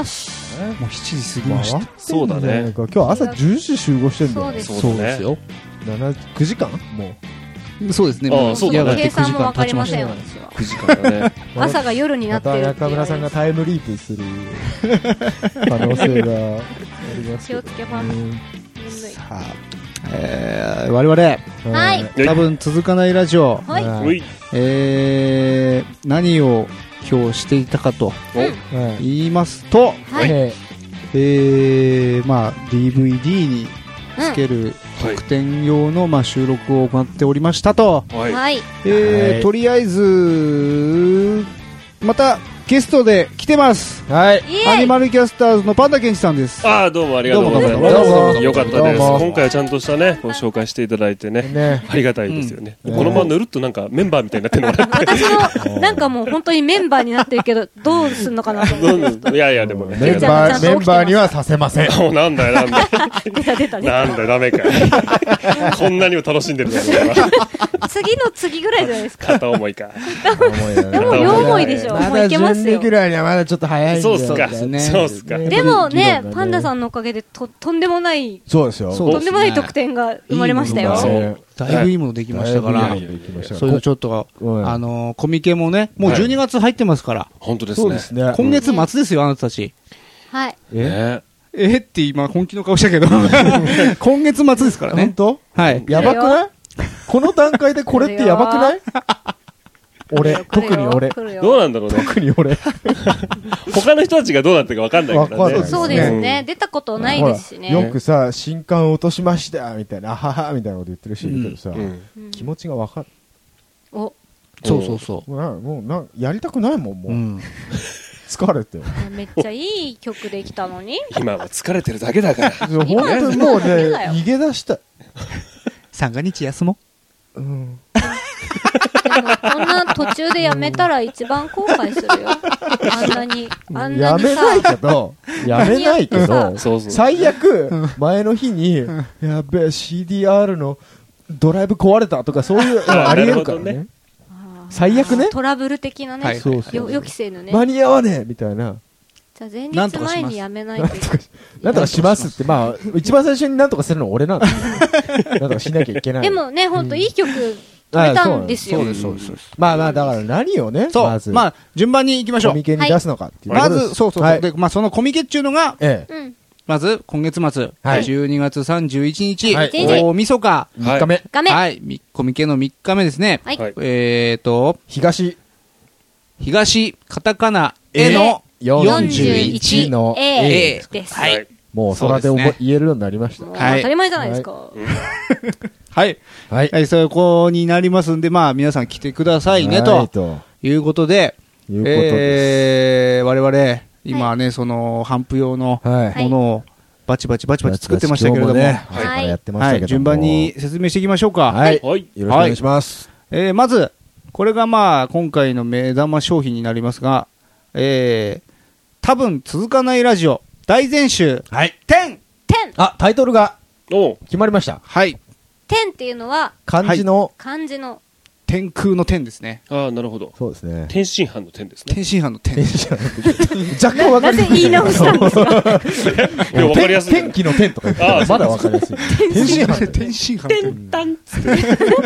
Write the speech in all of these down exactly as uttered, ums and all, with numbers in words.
し。 もうしちじ過ぎました。 そうだね。 今日朝じゅうじ集合してんだよ。 そうですよ。 くじかんもう。そうですね。 もうやがてくじかん経ちましたよ。 くじかんだね。 朝が夜になってる。 また中村さんがタイムリープする可能性があります。 気をつけます。 さあ、えー、我々、 はい、 多分続かないラジオ、 はい、 えー、何を今日していたかと言いますと、 はい、 えー、まあ ディーブイディー につける特典用のまあ収録を行っておりましたと、 はい、 えー、とりあえずまたゲストで来てます。 はい。 アニマルキャスターズのパンダケンジさんです。 ああ、どうもありがとうございます。 どうもよかったです。今回はちゃんとしたね、ご紹介していただいてね、ねありがたいですよね。うん、このままぬるっとなんかメンバーみたいになってるのかな。 私もなんかもう本当にメンバーになってるけど、どうすんのかなと思って。 いやいやでもね。 メンバーメンバーにはさせません。 なんだよなんだよ。 出た出た出た。 なんだよダメか。こんなにも楽しんでるの次の次ぐらいじゃないですか。 片思いか。 でも両思いでしょ。もういけますよ。 準備ぐらいにはまだちょっと早いんで。 そうっすか。そうっすか。 でもね、パンダさんのおかげでととんでもない。 そうですよ。 とんでもない得点が生まれましたよ。 だいぶいいものできましたから。それをちょっとあのコミケもね、もうじゅうにがつ入ってますから。 本当ですね。 今月末ですよあなたたち。 はい。 ええって今本気の顔したけど。今月末ですからね。 本当？ はい。 やばくない？この段階でこれってやばくない？俺、特に俺。 どうなんだろうね。 特に俺。 他の人たちがどうなってるか分かんないからね。 そうですね。出たことないですしね。 よくさ、新刊落としましたみたいな、あははみたいなこと言ってる人いるけどさ、気持ちが分かる。 お、 そうそうそう。 もうな、やりたくないもん、もう。疲れて。 めっちゃいい曲できたのに。 今は疲れてるだけだから。 本当にもうね、逃げ出した。 三が日休もう。うん。 でもこんな途中でやめたら一番後悔するよ。あんなにあんなにさ。 やめないけど、やめないけど、最悪前の日にやべえ シーディーアール のドライブ壊れたとかそういうのありえるからね。最悪ね。 トラブル的なね。予期せぬね。 間に合わねえみたいな。 じゃあ前日前にやめないと。 なんとかしますってまあ一番最初になんとかするのは俺なんだ。なんとかしなきゃいけない。 でもね本当いい曲。止めたんですよ。 そうですそうです。 まあまあだから何をね、 まずまあ順番に行きましょう。 コミケに出すのかっていう。 まずそうそうでまあそのコミケっていうのが、まず今月末じゅうにがつさんじゅういちにち大晦日みっかめはいコミケのみっかめですね。えっと東東カタカナ絵のよんじゅういちの A です。 はい。 もう空で言えるようになりました。 当たり前じゃないですか。 はい。はい。はい。そこになりますんで、まあ、皆さん来てくださいね、ということで、えー、我々、今ね、その、頒布用のものを、バチバチバチバチ作ってましたけれども、はい。順番に説明していきましょうか。 はい。よろしくお願いします。 えー、まず、これがまあ、今回の目玉商品になりますが、えー、多分続かないラジオ、大全集、 はい。 天あ、タイトルが、決まりました。 はい。 天っていうのは漢字の漢字の天空の天ですね。 ああなるほど。 そうですね。 天津飯の天ですね。 天津飯の天。 若干わかりやすい。 なぜ言い直したんですか。 いやわかりやすい。 天気の天とか言ってまだわかりやすい。 天津飯天津飯天丹つって。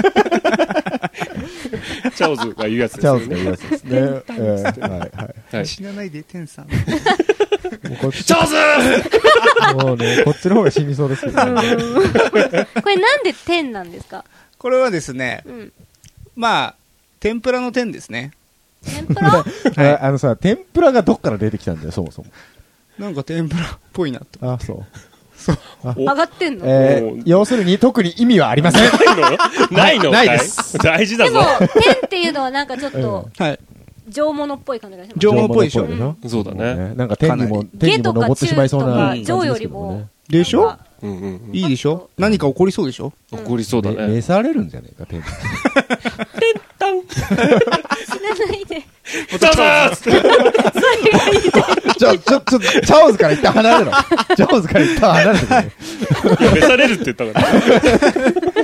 チャオズが言うやつですね。 チャオズが言うやつですね。はいはい。死なないで天さん。 チャオズ。 もうねこっちの方が死にそうですけど。これなんで天なんですか。 これはですね、まあ天ぷらの天ですね。 天ぷら？ あのさ天ぷらがどっから出てきたんだよそもそも。 なんか天ぷらっぽいなと。 あそう。 上がってんの？ 要するに特に意味はありません。 ないの？ ないです。 大事だぞ。 でも天っていうのはなんかちょっと上物っぽい感じがします。 上物っぽいでしょ。 そうだね。 なんか天にも天にも登ってしまいそうな。 上よりもでしょ？いいでしょ？何か起こりそうでしょ？ 起こりそうだね。 召されるんじゃねえか天。 天丹。 死なないで。 チャオズ。 それが言いたい。 ちょ、ちょ、ちょ、チャオズから一旦離れろ。チャオズから一旦離れてくれ。 いや、召されるって言ったから。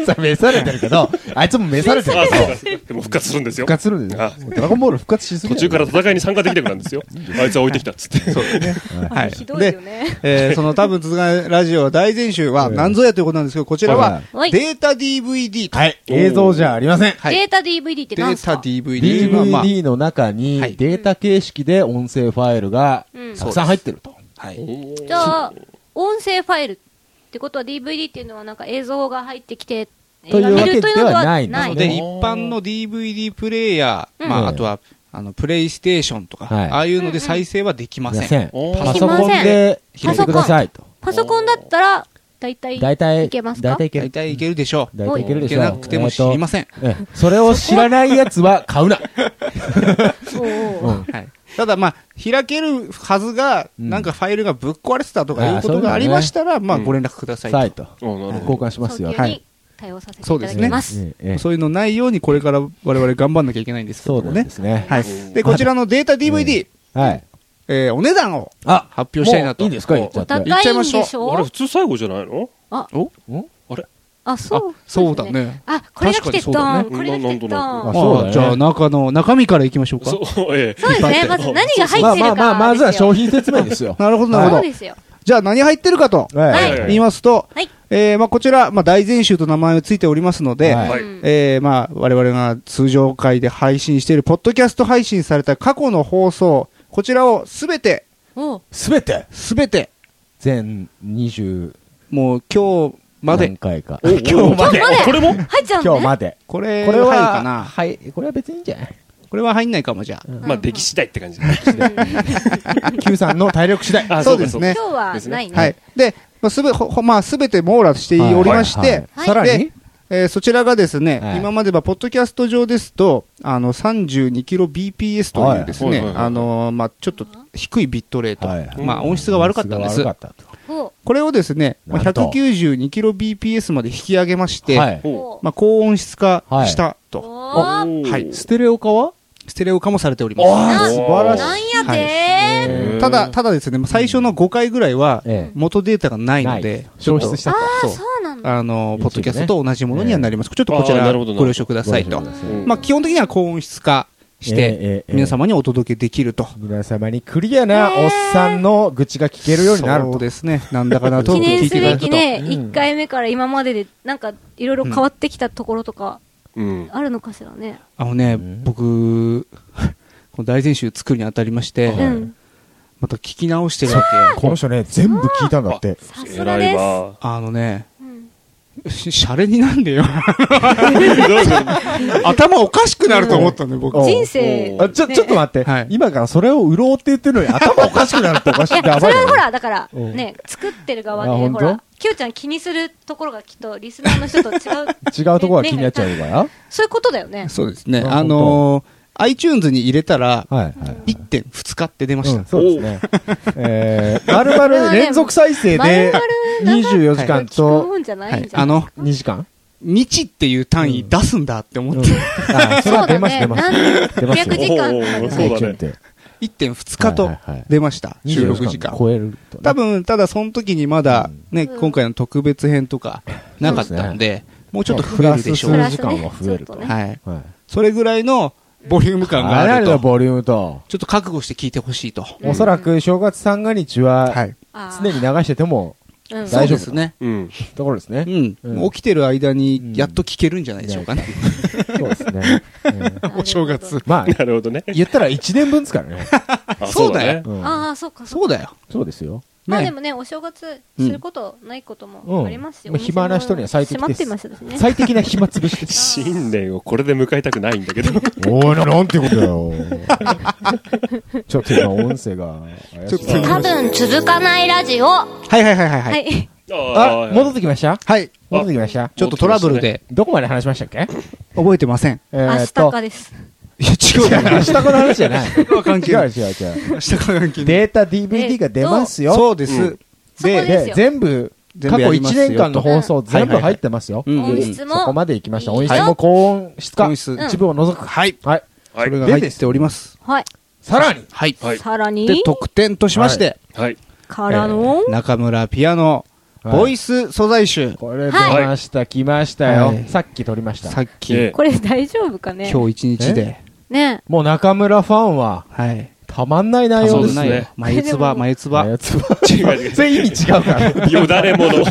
さ、召されてるけど、あいつも召されてる。 でも復活するんですよ。 復活するんですよ。ドラゴンボール復活しすぎ。 途中から戦いに参加できなくなるんですよ。あいつは置いてきたっつって。そうですね。 はい。ひどいよね。 えー、その多分続かラジオ大全集は何ぞやということなんですけど、こちらはデータ ディーブイディー と。 はい。映像じゃありません。 データ ディーブイディー って何ですか？ データ ディーブイディーブイディー の中にデータ形式で音声ファイルがたくさん入ってると。 はい。 じゃあ、音声ファイルってことは ディーブイディー っていうのはなんか映像が入ってきて、 というわけではないので、一般の ディーブイディー プレイヤー、まあ、あとは、あの、プレイステーションとか、ああいうので再生はできません。 パソコンで開いてくださいと。 パソコンだったら、大体いけますか？ 大体いける。大体いけるでしょう。 大体いけるでしょう。 いけなくても知りません。 それを知らないやつは買うな。 ただまあ、開けるはずが、なんかファイルがぶっ壊れてたとかいうことがありましたら、まあご連絡くださいと。 交換しますよ。 はい。対応させていただきます。 そういうのないようにこれから我々頑張んなきゃいけないんですけどね。 そうですね。 はい。で、こちらのデータ ディーブイディー。はい。えー、お値段を発表したいなと。 いいですか？言っちゃって。 言っちゃいましょう。 あれ、普通最後じゃないの？ あ、 おあれあ、そう。 そうだね。 あ、これが来てたん。これが来てたん。 あ、じゃあ中の、中身からいきましょうか。 そう、ええ。 そうですね。まず何が入ってるか。 まあまあ、まずは商品説明ですよ。 なるほど、なるほど。じゃあ何入ってるかと言いますと、えー、まあこちら、まあ大全集と名前がついておりますので、えー、まあ我々が通常回で配信しているポッドキャスト配信された過去の放送、こちらをすべて、 すべてすべて、 全にじゅう、 もう今日まで。 何回か。 今日まで。 これも入っちゃうの？ 今日まで。 これ、これは入るかな？ はい。これは別にいいんじゃない？ これは入んないかも、じゃあ。 まあ、出来次第って感じで。 Q さんの体力次第。 そうですね。 今日はないね。 はい。で、まあ、すべ、まあ、すべて網羅しておりまして、 さらにえー、そちらがですね、はい、今まではポッドキャスト上ですと、あの、さんじゅうにキロビーピーエス というですね、あのー、まあ、ちょっと低いビットレート、はい、まあ、音質が悪かったんです。これをですね、ひゃくきゅうじゅうにキロビーピーエス まで引き上げまして、はい、まあ、高音質化したと。 はい。 はい、 ステレオ化はステレオ化もされております。 素晴らしい。 なんやでー。ただ、ただですね、最初のごかいぐらいは、元データがないので、 消失したと。 ああ、そうなんだ。 あの、ポッドキャストと同じものにはなります。ちょっとこちら、ご了承くださいと。まあ、基本的には高音質化して、皆様にお届けできると。 皆様にクリアなおっさんの愚痴が聞けるようになると。 そうですね。なんだかなと聞いていただくと。 記念すべきね、いっかいめから今までで、なんか、いろいろ変わってきたところとか、あるのかしらね。 あのね、僕、この大全集作るにあたりまして、また聞き直してるわけ。 この人ね、全部聞いたんだって。 さすがです。 あのね、シャレになんでよ。頭おかしくなると思ったんだよ、僕。 人生。 ちょ、ちょっと待って。今からそれを売ろうって言ってるのに頭おかしくなるっておかしいってやばい。 それはほら、だから、ね、作ってる側で、ほら、キューちゃん気にするところがきっとリスナーの人と違う。 違うところが気になっちゃうから。 そういうことだよね。 そうですね。あの、iTunes に入れたら、いってんふつかって出ました。 そうですね。えー、まるまる連続再生でにじゅうよじかんと、 あの、 にじかん日っていう単位出すんだって思って。 あ、それは出ます、出ます。 出ます。ひゃくじかん。 そうだね。 いってんふつかと出ました。収録時間。 超えると。 多分、ただその時にまだ、ね、今回の特別編とかなかったんで、もうちょっと増えるでしょう。 プラス数時間は増えると。 はい。それぐらいの、ボリューム感があると。 ボリュームと。 ちょっと覚悟して聞いてほしいと。 おそらく正月三が日は、常に流してても大丈夫ですね。ところですね。 起きてる間にやっと聞けるんじゃないでしょうかね。 そうですね。 お正月。 まあ、 なるほどね。 言ったらいちねんぶんですからね。 そうだよ。 ああ、そうか。 そうだよ。 そうですよ。 まあでもね、お正月することないこともありますよ。 暇な人には最適です。 閉まってますね。 最適な暇つぶしです。 新年をこれで迎えたくないんだけど。 おい、なんてことだよ。ちょっと今音声が。 多分続かないラジオ。 はいはいはいはい。はい。 あ、戻ってきましたはい。 戻ってきましたちょっとトラブルで。 どこまで話しましたっけ？ 覚えてません。 明日かです。 いや、違う。 明日の話じゃない。 関係ない。 違う違う違う。 明日関係ない。 データ ディーブイディー が出ますよ。 そうです。 で、全部、過去いちねんかんの放送全部入ってますよ。 音質も。 そこまで行きました。音質も高音質化。一部を除く。 はい。 はい。 それが入っております。 はい。 さらにはい。 さらにで、特典としまして、 はい。 からの中村ピアノ、ボイス素材集。 これ出ました、来ましたよ。さっき撮りました。 さっき。 これ大丈夫かね今日一日で。 ね。 もう中村ファンは、はい。たまんない内容ですね。 眉唾、眉唾。 眉唾。違う違う。それ意味違うから。 よだれもの。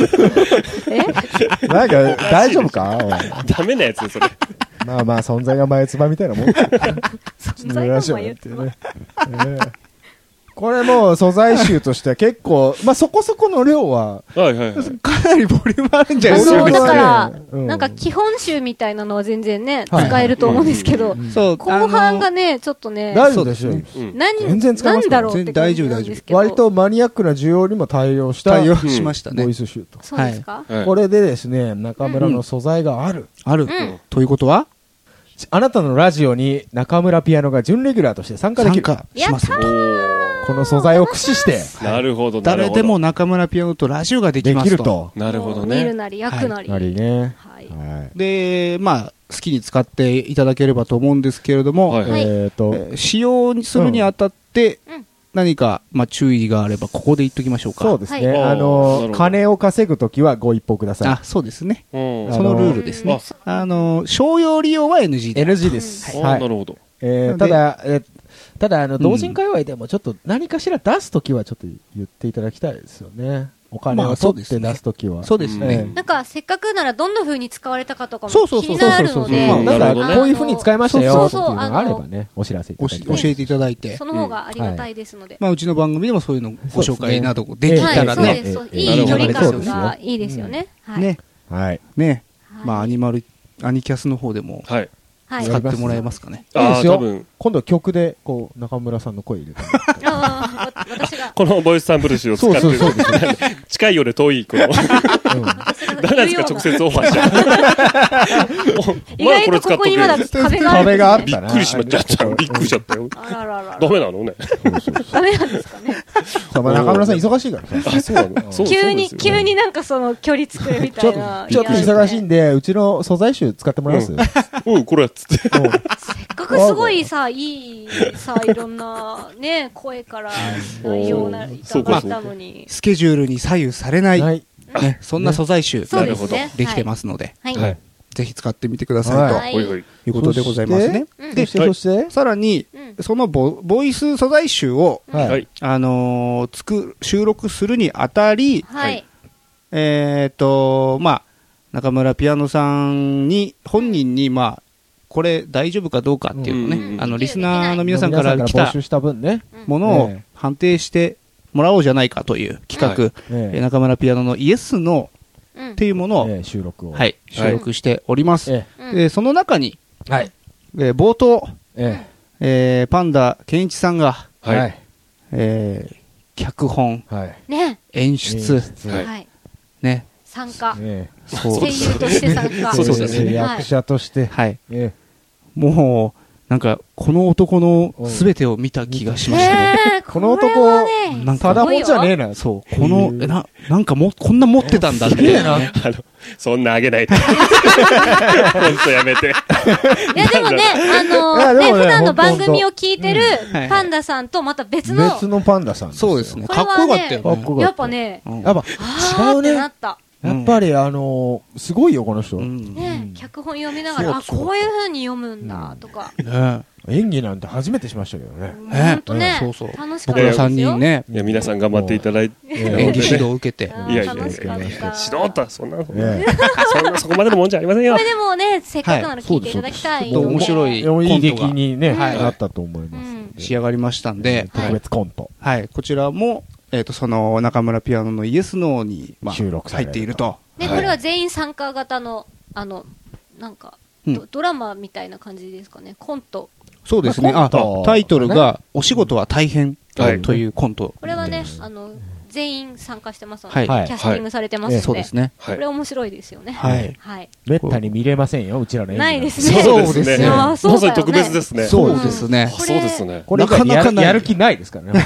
えなんか、大丈夫かダメなやつそれ。 まあまあ、存在が眉唾みたいなもん。 存在が眉唾。 これも素材集としては結構、まあそこそこの量は、 はいはいはい、 かなりボリュームあるんじゃないですか。 そう、だから、うん、なんか基本集みたいなのは全然ね、はい、使えると思うんですけど、そう後半がね、ちょっとね、 大丈夫でしょう。 何、 全然使えますなんだろうって大丈夫大丈夫。割とマニアックな需要にも対応した、 対応しましたね。 ボイス集と。 そうですか、 はい、これでですね、中村の素材がある。 ある。ということはあなたのラジオに中村ピアノが準レギュラーとして参加できる。 参加します。 この素材を駆使して。 なるほど、 誰でも中村ピアノとラジオができますと。できると。 なるほどね。 見るなり、焼くなり。 なりね。 はい。 で、まあ、好きに使っていただければと思うんですけれども、えっと、使用するにあたって、何か、まあ、注意があれば、ここで言っときましょうか。 そうですね。あの、金を稼ぐときはご一報ください。 あ、そうですね。そのルールですね。あの、商用利用は エヌジー で。 エヌジー です。 はい。なるほど。 えー、ただ、えただ、あの、同人界隈でもちょっと何かしら出すときはちょっと言っていただきたいですよね。お金を取って出すときは。 そうですね。 なんか、せっかくならどんな風に使われたかとかも気になるので。 だから、こういう風に使いましたよっていうのがあればね、お知らせいただいて。 教えていただいて。 その方がありがたいですので。 まあ、うちの番組でもそういうのご紹介などできたらね。 いい距離感がいいですよね。 ね。はい。ね。まあ、アニマル、アニキャスの方でも。はい。使ってもらえますかね。 いいですよ。今度曲で、こう、中村さんの声入れて。 ああ、私が。 このボイスサンプル集を使ってる。近いようで遠い、この。誰ですか、直接オファーした。 意外とここにまだ壁がある。 壁があったびっくりしまっちゃった。びっくりしちゃったよ。 あららら。 ダメなのね。 ダメなんですかね。 中村さん忙しいからさ。あ、そうなの。 急に、急になんかその距離作るみたいな。 ちょっと忙しいんで、うちの素材集使ってもらいますうん、これやっつって。 せっかくすごいさ、いいさ、いろんなね、声から内容がいただいたのに。 スケジュールに左右されない、ね、そんな素材集、 なるほど、 できてますので、 はい。 ぜひ使ってみてくださいということでございますね。 で、そしてさらに、そのボボイス素材集を、あの、作る、収録するにあたり、えっと、まあ、中村ピアノさんに、本人に、まあ、これ大丈夫かどうかっていうのね、あの、リスナーの皆さんから来たものを判定してもらおうじゃないかという企画、中村ピアノのイエスノーっていうものを、 収録を。 はい、収録しております。で、その中に、はい、冒頭、えパンダケンイチさんが、はい、え脚本、演出、ね、 参加。声優として参加。 そうですね。役者として。 はい。もう、なんか、この男の全てを見た気がしましたね。 この男、なんかただもんじゃねえな。 そう。この、な、なんかも、こんな持ってたんだって。 あの、そんなあげないで。ほんとやめて。 いやでもね、あの、ね、普段の番組を聞いてるパンダさんとまた別の。 別のパンダさん。 そうですね。かっこよかったよね。やっぱね、 やっぱ違うね。やっぱりあのすごいよこの人。 ね、脚本読みながら、あ、こういう風に読むんだとか。 演技なんて初めてしましたけどね。 本当ね、楽しかったですよ。 僕らさんにんね、 いや皆さん頑張っていただいて、 演技指導を受けて、 いやいや指導とそんなそんなそこまでのもんじゃありませんよ。 これでもね、せっかくなら聞いていただきたい。 面白いコントがいい出来にねなったと思います。 仕上がりましたんで、 特別コント。 はい、こちらもえっとその中村ピアノのイエスノーに収録入っていると。 で、これは全員参加型のあのなんかドラマみたいな感じですかね、コント。 そうですね。あ、タイトルがお仕事は大変というコント。 これはね、あの全員参加してますので、キャスティングされてますので、 そうですね。 これ面白いですよね。 はい。 はい。 めったに見れませんよ、うちらの演技。 ないですね。 そうですね。 まさに特別ですね。 そうですね。 そうですね。 これなかなかやる気ないですからね。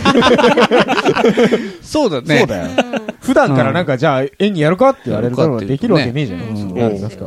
そうだね。 そうだよ。普段からなんかじゃあ演技やるかって言われるとできるわけねえじゃん。ありますから。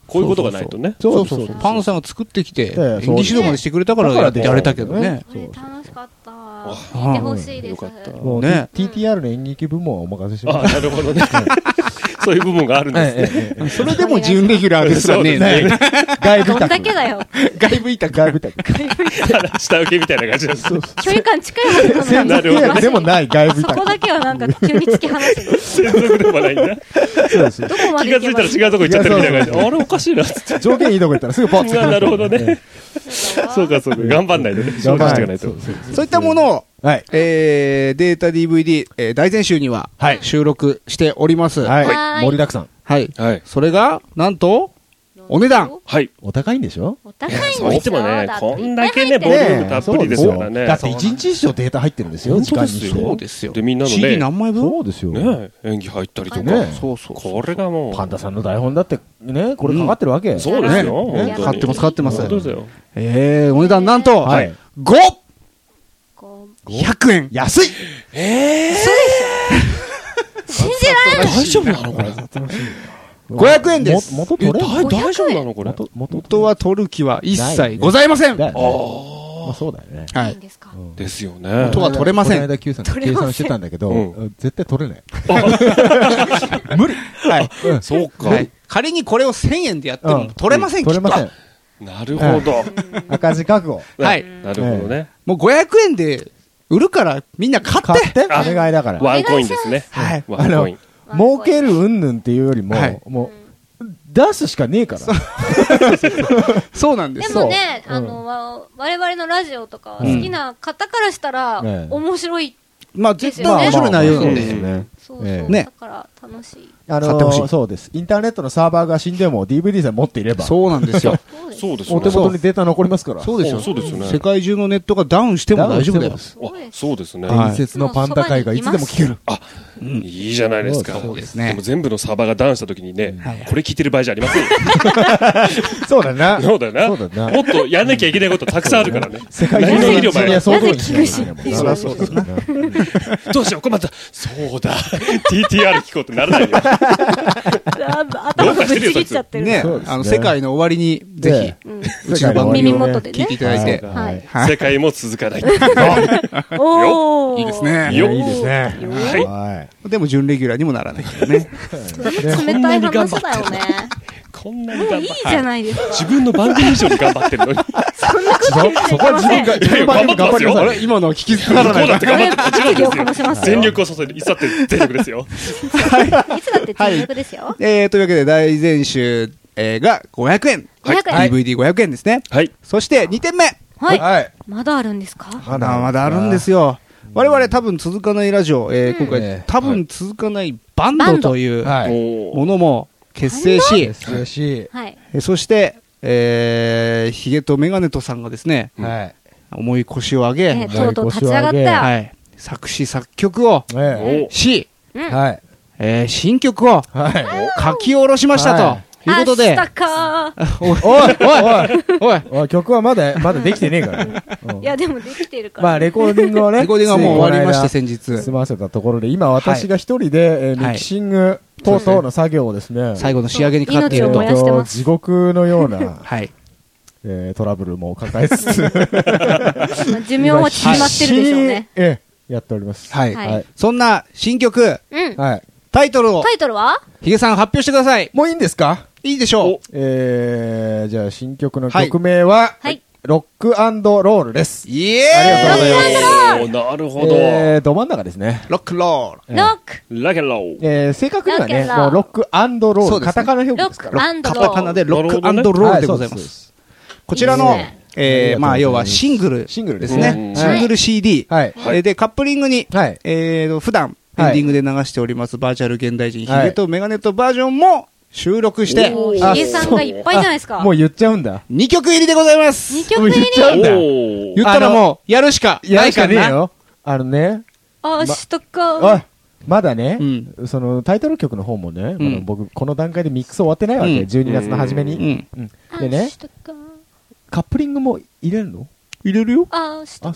こういうことがないとね。 そうそうそう。パンさんが作ってきて、演技指導までしてくれたからやれたけどね。 楽しかった。見てほしいです。よかった。 ね。ティーティーアール の演劇部門はお任せします。 あ、なるほどね。そういう部分があるんですね。 それでも準レギュラーですらね。 外部委託。 どんだけだよ。 外部委託。 外部委託。 下請けみたいな感じです。 距離感近いはずなのに。 なるほど。 でもない外部委託。 そこだけはなんか急に突き放すの。 専属でもないんだ。 そうです。 どこまで気がついたら違うとこ行っちゃったみたいな感じ。あれおかしいな。 条件いいとこ行ったらすぐポッと。 なるほどね。そうかそうか。頑張んないとね。頑張っていかないと。 そういったものを、 はい、 えー、データ ディーブイディー、えー、大全集には収録しております。 はい。はい、盛りだくさん。 はい。はい。それが、なんと、お値段。 はい。 お高いんでしょ？ お高いんですよ。 そういつもね、こんだけね、ボリュームたっぷりですからね。 だって一日以上データ入ってるんですよ、時間にして。 そうですよ。 で、みんなのね。 シーディー 何枚分？ そうですよ。 ね演技入ったりとか。ねそうそう。これがもう。 パンダさんの台本だって、ね、これかかってるわけ。 そうですよ。 かかってます、かかってます。 そうですよ。 えー、お値段なんと、はい。ご!ひゃくえん。 安いえぇー。 嘘でしょ信じられない。 大丈夫なのこれ。 ごひゃくえんです。 元取れ大丈夫なのこれ。 元は取る気は一切ございません。 ああ。そうだよね。 はい。 ですよね。 元は取れません。 この間 Q さんと計算してたんだけど、絶対取れない。無理。 はい。 そうか。 仮にこれをせんえんでやっても取れません。 取れません。 なるほど。 赤字覚悟。 はい。 なるほどね。 もうごひゃくえんで売るからみんな買って。 買って。お願いだから。 ワンコインですね。 はい。 ワンコイン。 儲けるうんぬんっていうよりも、もう、出すしかねえから。 そうなんです。 でもね、あの、我々のラジオとか好きな方からしたら、面白い。 まあ、絶対面白い内容なんで。 そうそう。だから楽しい。 あのそうです。インターネットのサーバーが死んでも ディーブイディー さえ持っていれば。 そうなんですよ。 そうですお手元にデータ残りますから。 そうですよ。 そうですよね。 世界中のネットがダウンしても大丈夫だよ。 そうですね。 伝説のパンダ会がいつでも聞ける。 あ、いいじゃないですか。 そうですね。 でも全部のサーバーがダウンした時にね、これ聞いてる場合じゃありませんよ。 そうだな。 そうだよな。 そうだな。 もっとやんなきゃいけないことたくさんあるからね。 世界中の医療前はそういうことにしそりゃそうですな。 どうしよう、困った。そうだ。ティーティーアール 聞こうってならないよ。 頭がぶち切っちゃってる。 ね、あの、世界の終わりに、ぜひ、うちの番組を聞いていただいて。 世界も続かない。 おー。 いいですね。 いいですね。 はい。 でも、準レギュラーにもならないけどね。 冷たい話だよね。 こんなに頑張って。 いいじゃないですか。 自分の番組以上に頑張ってるのに。 そんなこと言ってそこは自分が、自分頑張ってますよ。 あれ今の聞き捨てならない。 こうだって頑張ってますよ。全力を注いで、いつだって全力ですよ。 いつだって全力ですよ。 えー、というわけで、大全集がごひゃくえん。 ごひゃくえん。 ディーブイディーごひゃくえんですね。 はい。 そして、にてんめ。 はい。まだあるんですか？ まだまだあるんですよ。我々多分続かないラジオ、えー、今回多分続かないバンドというものも結成し、 結成し、 そして、えー、ヒゲとメガネとさんがですね、はい、重い腰を上げ、 ね、とうとう立ち上がったよ、 はい、作詞作曲をし、 はい、 えー、新曲を書き下ろしましたと。はいということで。 明日かおい、おい、おい、 おい、曲はまだ、まだできてねえから。 いや、でもできてるから。 まあ、レコーディングはね。 レコーディングはもう終わりまして、先日。 済ませたところで、今私が一人で、ミキシング等々の作業をですね。 最後の仕上げにかかっていると。地獄のような、 はい。 トラブルも抱えつつ。 寿命は決まってるでしょうね。 ええ、やっております。 はい。そんな新曲。はい。タイトルを。 タイトルはヒゲさん発表してください。 もういいんですか？ いいでしょう。 えー、じゃあ新曲の曲名は、はい、ロック&ロールです。 イエーイありがとうございます。 なるほど。 えー、ど真ん中ですね。 ロックロール。 ロック。 ロックロール。 えー、正確にはね、もうロック&ロール。カタカナ表記ですから。 カタカナでロック&ロールでございます。こちらの、えー、まあ、要はシングル。 シングルですね。シングル シーディー。はい。で、カップリングに、はい。えー、普段、エンディングで流しておりますバーチャル現代人ヒゲとメガネとバージョンも収録して、 ヒゲさんがいっぱいじゃないですか。 もう言っちゃうんだ。 にきょく入りでございます。 にきょく入り言っちゃうんだ。 言ったらもうやるしかないからね。 あのね。 明日か。 まだね、そのタイトル曲の方もね、僕この段階でミックス終わってないわけ。じゅうにがつの初めに。でね、カップリングも入れるの？ 入れるよ。 あ、 そう。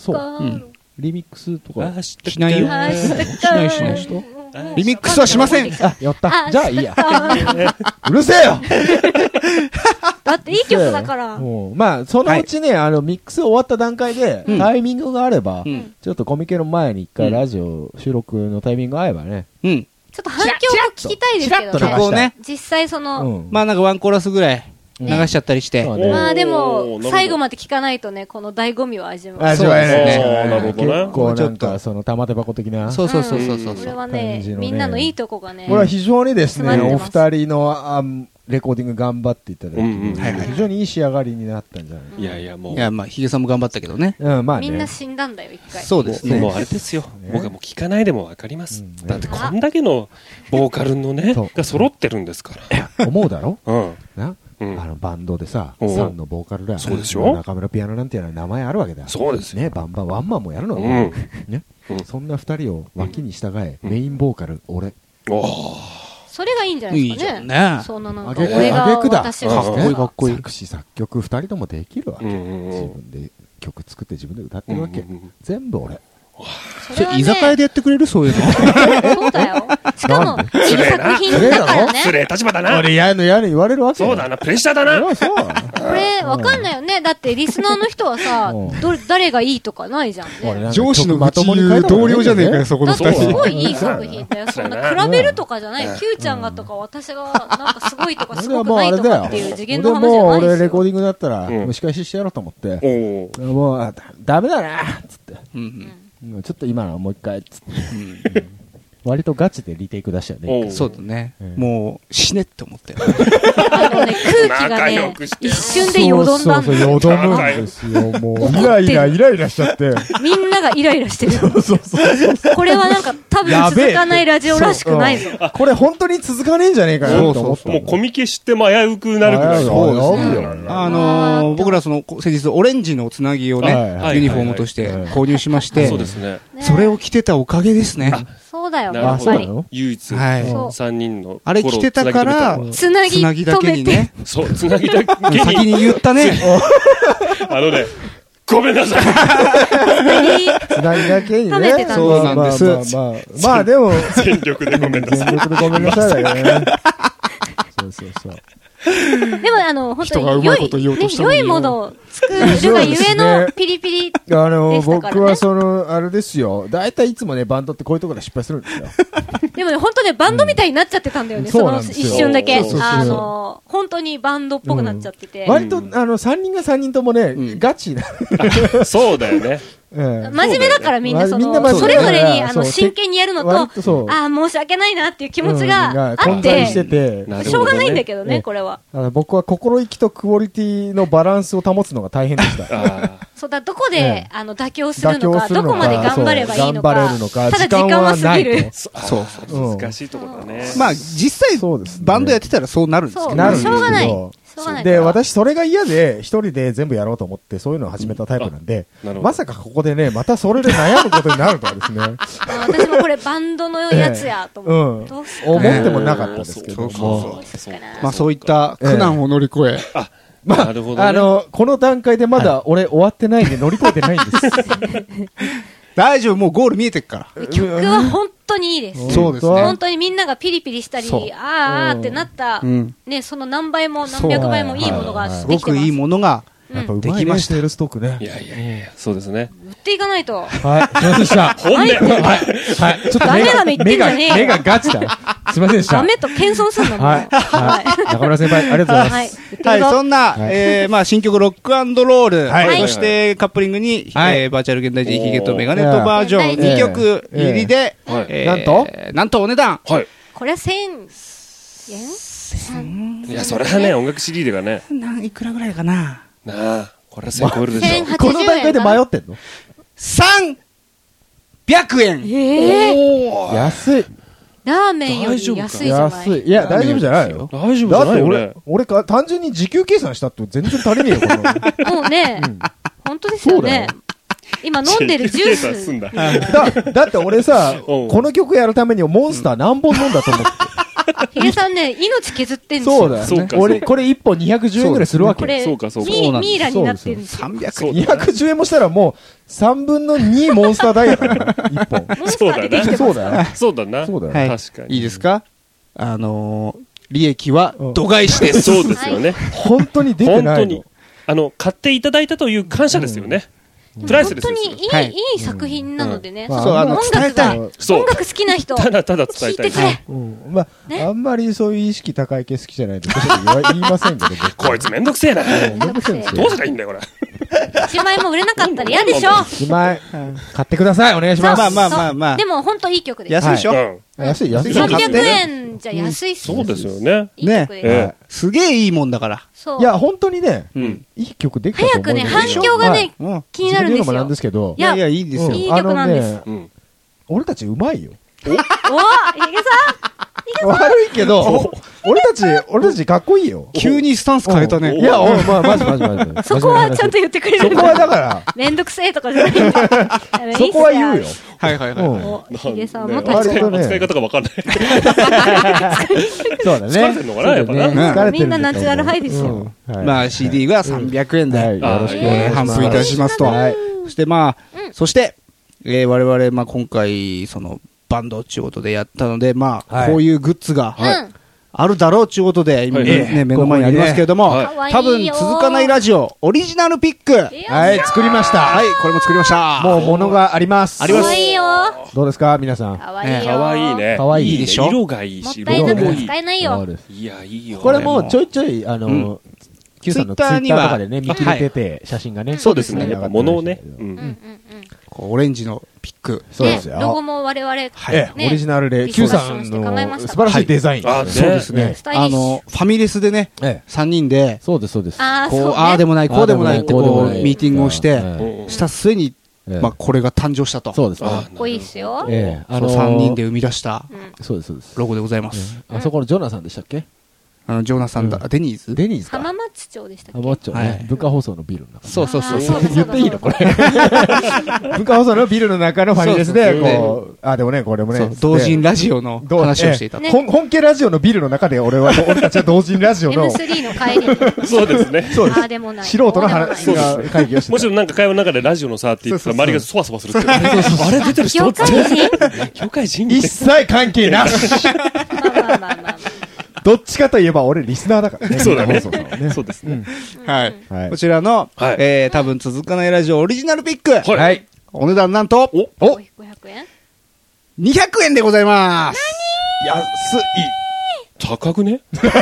リミックスとかしないよ。しないしない人。リミックスはしません。 あ、やった。じゃあいいや。うるせえよだっていい曲だから。 まあ、そのうちね、あの、ミックス終わった段階で、タイミングがあれば、ちょっとコミケの前に一回ラジオ収録のタイミングが合えばね。 ちょっと反響を聞きたいですけどね。実際その、 まあなんかワンコーラスぐらい。流しちゃったりして。 まあでも、最後まで聞かないとね、この醍醐味を味わえる。味わえるね。なるほどね。 結構なんか、その玉手箱的な。 そうそうそうそうそう。 これはね、みんなのいいとこがね。 これは非常にですね、お二人のレコーディング頑張っていただいて、非常にいい仕上がりになったんじゃないいやいや、もう。 いや、まあ、ヒゲさんも頑張ったけどね。 うん、まあみんな死んだんだよ、一回。 そうですね。 もうあれですよ。僕はもう聞かないでもわかります。だってこんだけのボーカルのね、が揃ってるんですから。 思うだろうん。 なあのバンドでさ、 うん、 さんのボーカルだよ。 そうでしょ。 中村ピアノなんていうのは名前あるわけだ。 そうですね、バンバンワンマンもやるの。 うん、 ね、うん、そんな二人を脇に従え、うん、メインボーカル、俺。 おそれがいいんじゃないですかね。いいじゃんね。そんななんか、 俺が私が。 かっこいいかっこいい。 作詞作曲二人ともできるわけ。自分で曲作って自分で歌ってるわけ。全部俺。 それ居酒屋でやってくれるそういうの。 そうだよ。しかも、いい作品だからね。 失礼立場だな。 俺やのやの言われるわけ。 そうだな、プレッシャーだな。 そう。 これ、わかんないよね。だって、リスナーの人はさ、ど、誰がいいとかないじゃんね。 上司のまともに同僚じゃねえかよ、そこの二人。だってすごいいい作品だよ。そんな、比べるとかじゃない。Q ちゃんがとか、私がなんかすごいとか、すごくないとかっていう次元の話じゃないでも、俺レコーディングだったら、蒸し返ししてやろうと思って、もう、ダメだなつって。ちょっと今のはもう一回っつって、うん、割とガチでリテイク出したよね。 そうだね、うん、もう死ねって思ってあのね、空気がね一瞬でよどんだんだよ。 よどむんですよ。もうイライライライラしちゃってみんながイライラしてる。そうそうそうこれはなんか多分続かないラジオらしくないぞ。 これ本当に続かねえんじゃねえかよと思った。 もうコミケ知っても危うくなるぐらい。 そうですね。あの僕らその先日オレンジのつなぎをねユニフォームとして購入しまして、 そうですね。 それを着てたおかげですね。 そうだよ。 やっぱり唯一三人のあれ着てたからつなぎだけにね。 そうつなぎだけに先に言ったね。 あのね。ごめんなさい。 つなぎだけにね。 そうなんです。 まあまあまあでも全力でごめんなさい。 全力でごめんなさいだよね。そうそうそう。 でもあの本当に良い良いものを作るがゆえのピリピリ。 あの僕はそのあれですよ。だいたいいつもねバンドってこういうところで失敗するんですよ。 でもね本当ねバンドみたいになっちゃってたんだよね。その一瞬だけあの本当にバンドっぽくなっちゃってて。 割とあの三人が三人ともねガチな。 そうだよね。 真面目だからみんなそのそれぞれにあの真剣にやるのとああ申し訳ないなっていう気持ちがあってしょうがないんだけどねこれは。 僕は心意気とクオリティのバランスを保つのが大変でした。 そうだどこであの妥協するのかどこまで頑張ればいいのかただ時間は過ぎる。 そうそう難しいところだね。 まあ実際バンドやってたらそうなるんですけどなるしょうがない。 で私それが嫌で一人で全部やろうと思ってそういうのを始めたタイプなんで、まさかここでねまたそれで悩むことになるとはですね。 私もこれバンドのやつやと思って、 思ってもなかったですけども、 まあそういった苦難を乗り越え、 まああのこの段階でまだ俺終わってないんで乗り越えてないんです。 大丈夫もうゴール見えてるから。 曲は本当にいいです。 そうですね。 本当にみんながピリピリしたりあーあーってなったねその何倍も何百倍もいいものができてます。 すごくいいものがやっぱできましたよストックね。 いやいやいやそうですね。 売っていかないと。 はい。すみませんでした。 本音。はい。 はい。ちょっとダメダメ言ってんじゃねえよ。 目がガチだ。すみませんでした。 ダメと謙遜するのも。 はい。中村先輩ありがとうございます。 はい。そんなえまあ新曲ロック&ロールそしてカップリングにえバーチャル現代人ヒゲとメガネとバージョンにきょく入りでなんとなんとお値段。 はい。 これはせんえん。 いやそれはね音楽シリーズがね。 なんいくらぐらいかな。 なあ。これはせん超えるでしょ。 この段階で迷ってんのさんびゃくえん。 えー、安い。 ラーメンより安いじゃない。 安い。いや、大丈夫じゃないよ。 大丈夫じゃないよね。 だって俺、俺か、単純に時給計算したって全然足りねえよ、この。もうね、うん、本当ですよね。今飲んでるジュース。 だ、だって俺さ、この曲やるためにモンスター何本飲んだと思って。 ヒゲさんね、命削ってんですよ。 そうだよね。俺、これいっぽんにひゃくじゅうえんぐらいするわけ。 これ、ミイラになってるんですよ。 さんびゃくえん。 にひゃくじゅうえんもしたらもう、さんぶんのにモンスターダイヤだから、いっぽん。 そうだね。 そうだよ。 そうだな。 そうだよ。 確かに。 いいですかあの、 利益は度外視です。 そうですよね。 本当に出てないの。 あの、買っていただいたという感謝ですよね。プライスレスですよ。 本当にいい、いい作品なのでね。 そう、あの、伝えたい。 音楽好きな人。 ただただ伝えたい。 聞いてくれ。 まあ、あんまりそういう意識高い系好きじゃないと言いませんけど。 こいつめんどくせえな。 めんどくせえ。 どうすりゃいいんだよ、これ。 いちまいも売れなかったら嫌でしょ。 いちまい買ってください。お願いします。 まあまあまあまあ。 でも本当いい曲です。 安いでしょ。 安い安い。 さんびゃくえんじゃ安いっす。 そうですよね。 ね。すげえいいもんだから。 いや、本当にね、いい曲できたと思う。 早くね、反響がね、気になるんですよ。 なんですけど。 いやいや、いいですよ。 いい曲なんです。 俺たちうまいよ。 おお、ヒゲさん悪いけど、俺たち、俺たちかっこいいよ。 急にスタンス変えたね。 いや、まあ、マジマジマジ。 そこはちゃんと言ってくれる。 そこはだから。 めんどくせえとかじゃないんだ。 そこは言うよ。 はいはいはい。 ヒゲさんも使い方がわかんない。 そうだね。 疲れてるのかなやっぱな。 みんなナチュラルハイですよ。 まあ シーディー がさんびゃくえんでよろしくお願いします。販布いたしますと。そしてまあ、そして、我々、まあ今回、その、バンドっていうことでやったので、まあ、こういうグッズがあるだろうっていうことで、今ね、目の前にありますけれども、多分続かないラジオ、オリジナルピック。 はい、作りました。 はい、これも作りました。 もう物があります。 あります。 かわいいよ。 どうですか皆さん。 かわいいよ。 かわいいね。 かわいいでしょ。 色がいいし、 ロゴもいい。使えないよ。 いや、いいよ。 これもちょいちょい、あの、Q さんのツイッターとかでね、見切れてて、写真がね。 そうですね。やっぱ物をね。 オレンジのピック。 そうですよ。 ロゴも我々、 はい、オリジナルで、Q さんの素晴らしいデザイン。 あ、そうですね。あの、ファミレスでね、さんにんで、 そうです、そうです。 こう、ああでもない、こうでもないって、こう、ミーティングをして、した末に、まあ、これが誕生したと。 そうですね。 かっこいいっすよ。 ええ、あの、さんにんで生み出した、 そうです、そうです。 ロゴでございます。 あそこのジョナサンでしたっけ？ あの、ジョナサンだ、デニーズデニーズか。 浜松町でしたっけ？ 浜松町ね。文化放送のビルの中。 そうそうそう。 言っていいのこれ。文化放送のビルの中のファミレスで、こう、あ、でもね、これもね。 同人ラジオの話をしていた。 本家ラジオのビルの中で俺は、俺たちは同人ラジオの。 エムスリー の帰りに。そうですね。 そうです。 あ、でもない。 素人の話が会議をして。 もちろんなんか会話の中でラジオのさって言ってたら周りがそわそわするって。あれ出てる人業界人業界人一切関係なし。 まあまあまあまあ。 どっちかといえば俺リスナーだからね。 そうだね。そうですね。 はい。こちらの、え多分続かないラジオオリジナルピック。 はい。 お値段なんと、 おごひゃくえん ? にひゃくえんでございます。 安い。 高くね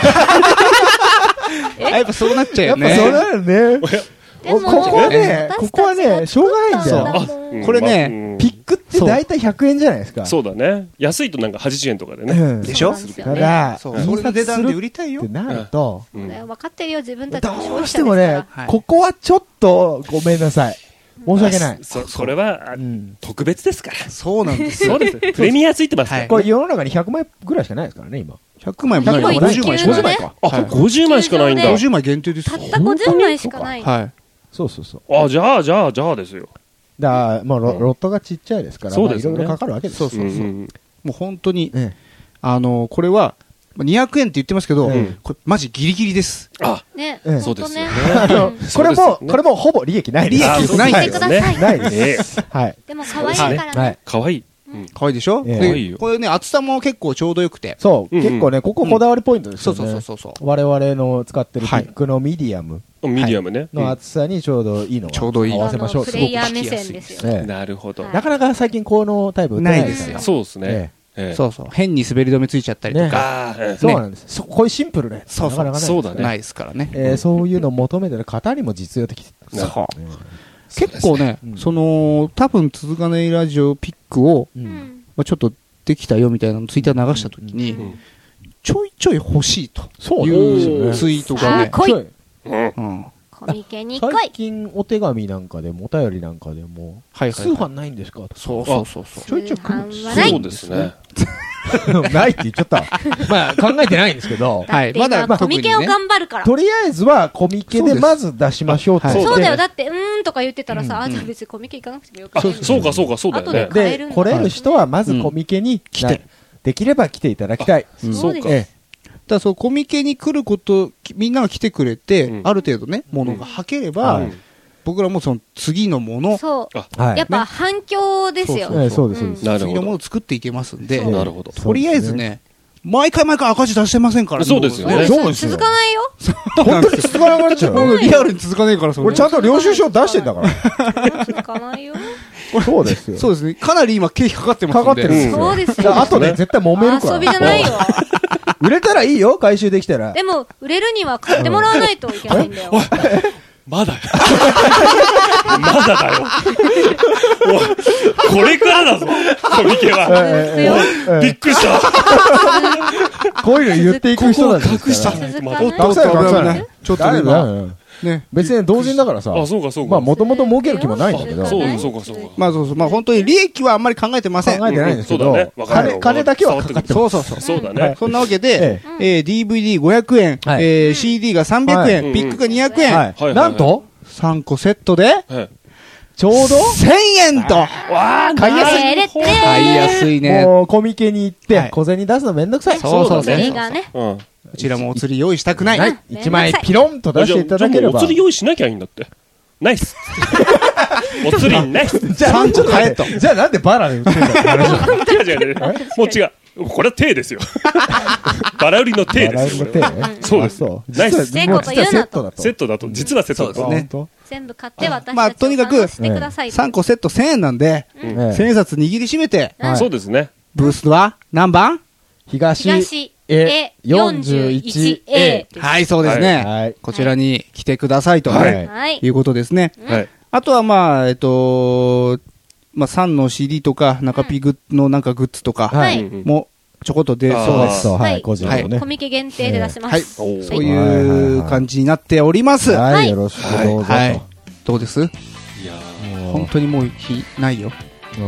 やっぱそうなっちゃうよね。 やっぱそうなるね。ここはね、ここはね、しょうがないんだよ。これね、ピックって大体ひゃくえんじゃないですか。 そうだね。安いとなんかはちじゅうえんとかでね。 でしょただ、 それの値段で売りたいよ。 ってなると、 分かってるよ、自分たちのどうしてもね、ここはちょっとごめんなさい。申し訳ない。 それは、特別ですから。 そうなんです。 そうです。プレミアついてますから。 これ世の中にひゃくまいぐらいしかないですからね、今。 ひゃくまいもない。ごじゅうまいしかないか。 あ、ごじゅうまいしかないんだ。 ごじゅうまい限定です。 たったごじゅうまいしかない。 はい。 そうそうそう。 あ、じゃあ、じゃあ、じゃあですよ。 だから、もうロットがちっちゃいですから、そうですね。いろいろかかるわけです。 そうそうそう。もう本当に、あの、これは、にひゃくえんって言ってますけど、これマジギリギリです。 あ、 ね、 そうですね。 これも、これもほぼ利益ないです。 利益ないですね。 ないです。はい。 でも可愛いからね。 可愛い。 可愛いでしょ。これね、厚さも結構ちょうどよくて。そう、 結構ね、こここだわりポイントですよね。 そうそうそう。 我々の使ってるピックのミディアム。 ミディアムね。 の厚さにちょうどいいのをちょうどいい合わせましょう。 プレイヤー目線ですよね。 なるほど。 なかなか最近このタイプないですよ。 そうですね。 そうそう。変に滑り止めついちゃったりとか。 そうなんです。こういうシンプルなやつ。 そうそう。ないですからね。 そういうのを求めてる方にも実用的。 そう。結構ね、その、多分続かないラジオピックを、ちょっとできたよみたいなのツイッター流したときに、ちょいちょい欲しいというツイートがね、 コミケに来い。 最近お手紙なんかでもお便りなんかでも、通販ないんですか？ そうそうそう。 ちょいちょい来る。 そうですね。 ないって言っちゃった。まあ考えてないんですけど。 はい。まだコミケを頑張るから。 とりあえずはコミケでまず出しましょうって。 そうだよ。だって、うーんとか言ってたらさ、あ、じゃあ別にコミケ行かなくてもよかった。 そうかそうかそうだよね。 で、来れる人はまずコミケに来て、できれば来ていただきたい。 そうか。 だそうコミケに来ること、みんなが来てくれて、ある程度ね、ものが履ければ、僕らもその次のもの、 そう。やっぱ反響ですよ。 そうです、そうです。 次のものを作っていけますんで、 なるほど。 とりあえずね、 毎回毎回赤字出してませんからね。 そうですよね。 そうですよ。続かないよ。 本当に続かなくなっちゃう。 リアルに続かないからそれ。 俺ちゃんと領収書出してんだから。 続かないよ。 そうですよ。 そうですね。かなり今経費かかってますんで。 かかってるんですよ。 そうですよ。 あとで絶対揉めるから。 遊びじゃないよ。 売れたらいいよ、回収できたら。 でも、売れるには買ってもらわないといけないんだよ。 まだまだだよ。これからだぞ、コミケは。びっくりした。 こういうの言っていく人だ隠した。 隠さない。ちょっと今。ね、別に同人だからさ。 あ、そうかそうか。 まあ、もともと儲ける気もないんだけど。 そうそうかそうか。 まあそうそう。まあ本当に利益はあんまり考えてません。 考えてないんですけど、金、金だけはかかってます。 そうそうそう。 そうだね。 そんなわけで、えー、ディーブイディーごひゃくえん、えー、シーディー がさんびゃくえん、ピックがにひゃくえん。 なんとさんこセットで、 ちょうどせんえんと。わー、買いやすい。 買いやすいね。 もう、コミケに行って、小銭出すのめんどくさい。 そうそうそう。 うちらもお釣り用意したくない。 いちまいピロンと出していただければ。 お釣り用意しなきゃいいんだって。ナイス。お釣りナイス。 じゃあ、さんこ買えと。じゃあなんでバラで売ってんだ違う違う違う。もう違う。これは手ですよ。バラ売りの手ですよ。そうです。ナイス。 セットだと。セットだと。実はセットですね。 全部買って私たちまあとにかくさんこセットせんえんなんで、千円札握りしめて。 そうですね。 ブースは何番？ 東。え、よんじゅういちエー。 はい、そうですね。こちらに来てくださいということですね。あとはまあ、えっと、まあ、サンの シーディー とか、中ピグのなんかグッズとかもちょこっと出そうです。 はい、個人のね。 コミケ限定で出します。 そういう感じになっております。 はい、よろしくどうぞ。 どうです？いや本当にもう日ないよ。うん。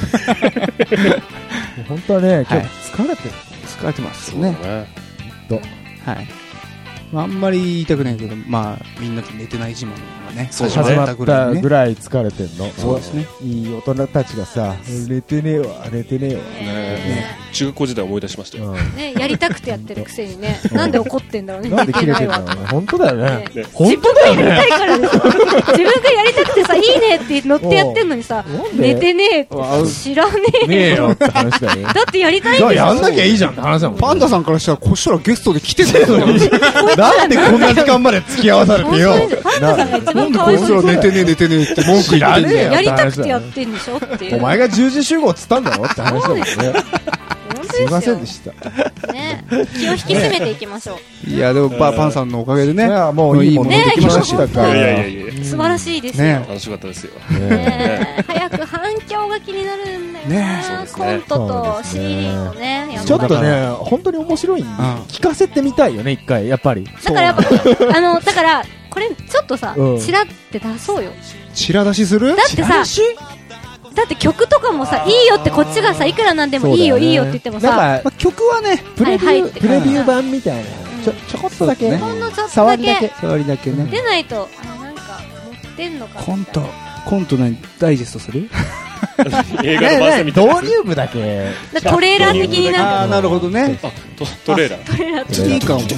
本当はね、今日疲れてる。 疲れてますね。はい。あんまり言いたくないけど、まあ、みんなで寝てない自慢がね、 始まったぐらい疲れてんの。 そうですね。 いい大人たちがさ、寝てねえわ、寝てねえわ。 中学校時代思い出しましたよ。 ね、やりたくてやってるくせにね、なんで怒ってんだろうね。 なんで切れてんだろうね。本当だよね。 本当だよね。自分がやりたいから自分がやりたくてさ、いいねって乗ってやってんのにさ、寝てねえって知らねえ。 ねえよって話だよ。 だってやりたいんだよ。 やんなきゃいいじゃんって話だもん。 パンダさんからしたら、こっちらゲストで来てたよ。 なんでこんな時間まで付き合わされてよ。 なんでこいつら寝てねえ寝てねえって文句言ってんねやりたくてやってんでしょっていう。 お前がじゅうじ集合っつったんだろって話だもんね。すいませんでした。 ね、気を引き締めていきましょう。いやでもパンさんのおかげでね、 もういいものできましたし、 素晴らしいですよ。 楽しかったですよ。 早く反響が気になるんだよね。コントと シーディー とね。 ちょっとね、本当に面白いんで聞かせてみたいよね、一回やっぱり。 だからやっぱあのだからこれちょっとさ、チラって出そうよ。 チラ出しする？ だってさ。だって曲とかもさ、いいよってこっちがさ、いくらなんでもいいよいいよって言ってもさ、 曲はね、 プレビュープレビュー版みたいな、ちょちょこっとだけ、 ほんのちょっとだけ、触りだけね。 出ないと、あなんか持ってんのか。 コントコント何ダイジェストする？ 映画の番組みたいな。 導入部だけ。 トレーラー的になって。 ああなるほどね。 トレーラー。 トレーラー。 いいかも。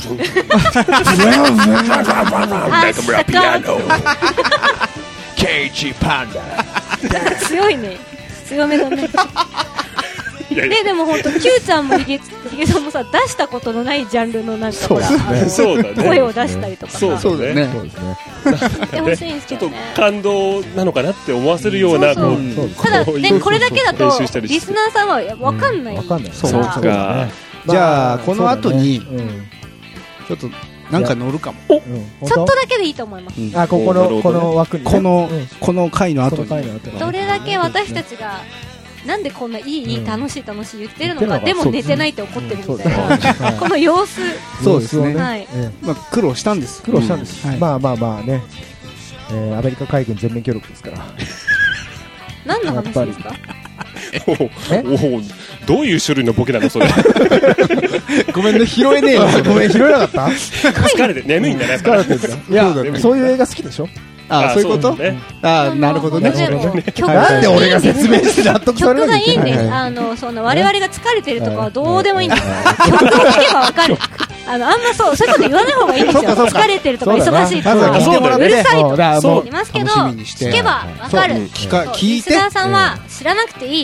ケイジパンダ。 強いね、強めだね。ででも本当 Q ちゃんもヒゲヒゲさんもさ、出したことのないジャンルのなんかほら声を出したりとかさ、 そうだね。 してほしいんですけどね。 ちょっと感動なのかなって思わせるような。ただね、これだけだとリスナーさんはわかんない。 わかんない。 そうか。じゃあこの後にちょっと。なんか乗るかも。 ちょっとだけでいいと思います。 あ、ここのこの枠にこのこの回の後にどれだけ私たちがなんでこんないいいい楽しい楽しい言ってるのか、でも寝てないって怒ってるみたいなこの様子。 そうですね。 はい。 まあ苦労したんです。 苦労したんです。まあまあまあね。アメリカ海軍全面協力ですから。 何の話ですか？ おお、どういう種類のボケなのそれ。 ごめんね、拾えねえよ。 ごめん、拾えなかった？ 疲れて眠いんだね。 疲れてるんだ。いや、そういう映画好きでしょ？ あ、そういうこと？あ、なるほどね。 なんで俺が説明して納得されない？ 曲がいいんです。あの、その我々が疲れてるとかはどうでもいいんです。曲を聴けばわかる。あの、あんまそう、そういうこと言わない方がいいんですよ。疲れてるとか忙しいとか、うるさいとか言いますけど、聞けばわかる。 聞いて。 リスナーさんは知らなくていい。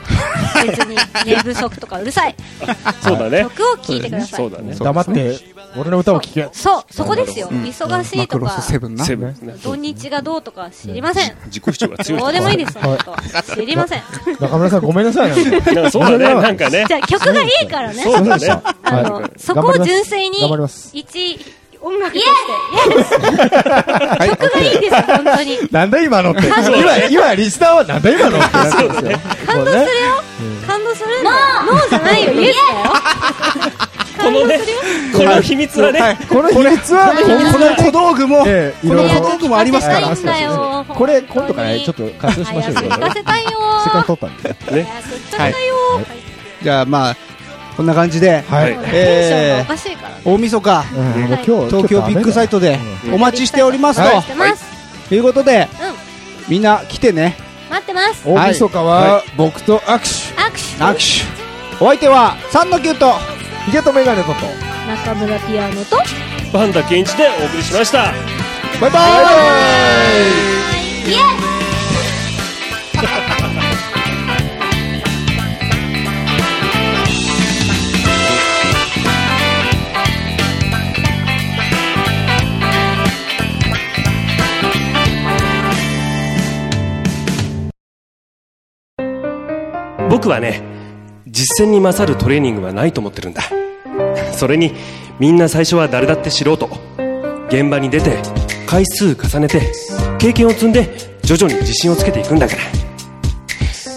別に寝不足とかうるさい。 そうだね。 曲を聴いてください。 そうだね。 黙って俺の歌を聴け。 そう、そこですよ。忙しいとか土日がどうとか知りません。 自己主張が強い。 どうでもいいです。知りません。 中村さんごめんなさい。 そうだね。なんかね。 じゃあ曲がいいからね。 そうだね。 あのそこを純粋に一音楽として、曲がいいんですよ、本当に。 なんだ今のって。今、今、リスナーはなんだ今のって。 感動するよ。感動するノーじゃないよ、イエスだよ。 このね、この秘密はね、 この秘密は、 この小道具も、いろいろ小道具もありますから。 これ、今度からちょっと活用しましょうよ。 聞かせたいよ。 せっかく撮ったんで。 ね。 はい。 じゃあ、まあ、こんな感じで、 はい、えー、 大晦日、うん、東京ビッグサイトでお待ちしておりますと、はい、いうことで、うん、みんな来てね。 待ってます。 大晦日は僕と握手。 握手。 握手。お相手は三の九とヒゲとメガネとと中村ピアノとパンダケンイチでお送りしました。 バイバイ。バイバイ。イエー。 僕はね、実践に勝るトレーニングはないと思ってるんだ。それにみんな最初は誰だって素人。現場に出て回数重ねて経験を積んで徐々に自信をつけていくんだから。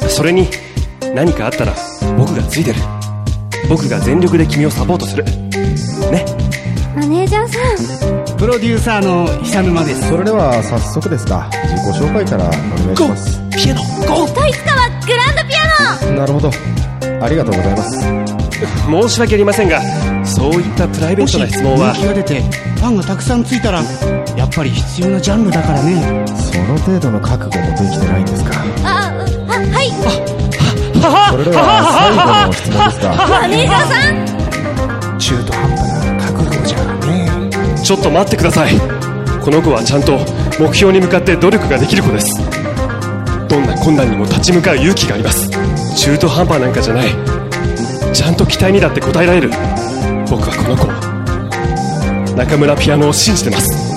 それに何かあったら僕がついてる。僕が全力で君をサポートするね。 マネージャーさん、プロデューサーの久沼です。 それでは早速ですが自己紹介からお願いします。 ピアノゴー。 といつかはグランドピアノ。 なるほど、ありがとうございます。 申し訳ありませんが、そういったプライベートな質問は、 もし人気が出てファンがたくさんついたらやっぱり必要なジャンルだからね。 その程度の覚悟もできてないんですか。 あ、は、はい。 それでは最後の質問ですが、 マネージャーさん、中途半端な覚悟じゃね。 ちょっと待ってください。この子はちゃんと目標に向かって努力ができる子です。どんな困難にも立ち向かう勇気があります。中途半端なんかじゃない。ちゃんと期待にだって応えられる。僕はこの子、中村ピアノを信じてます。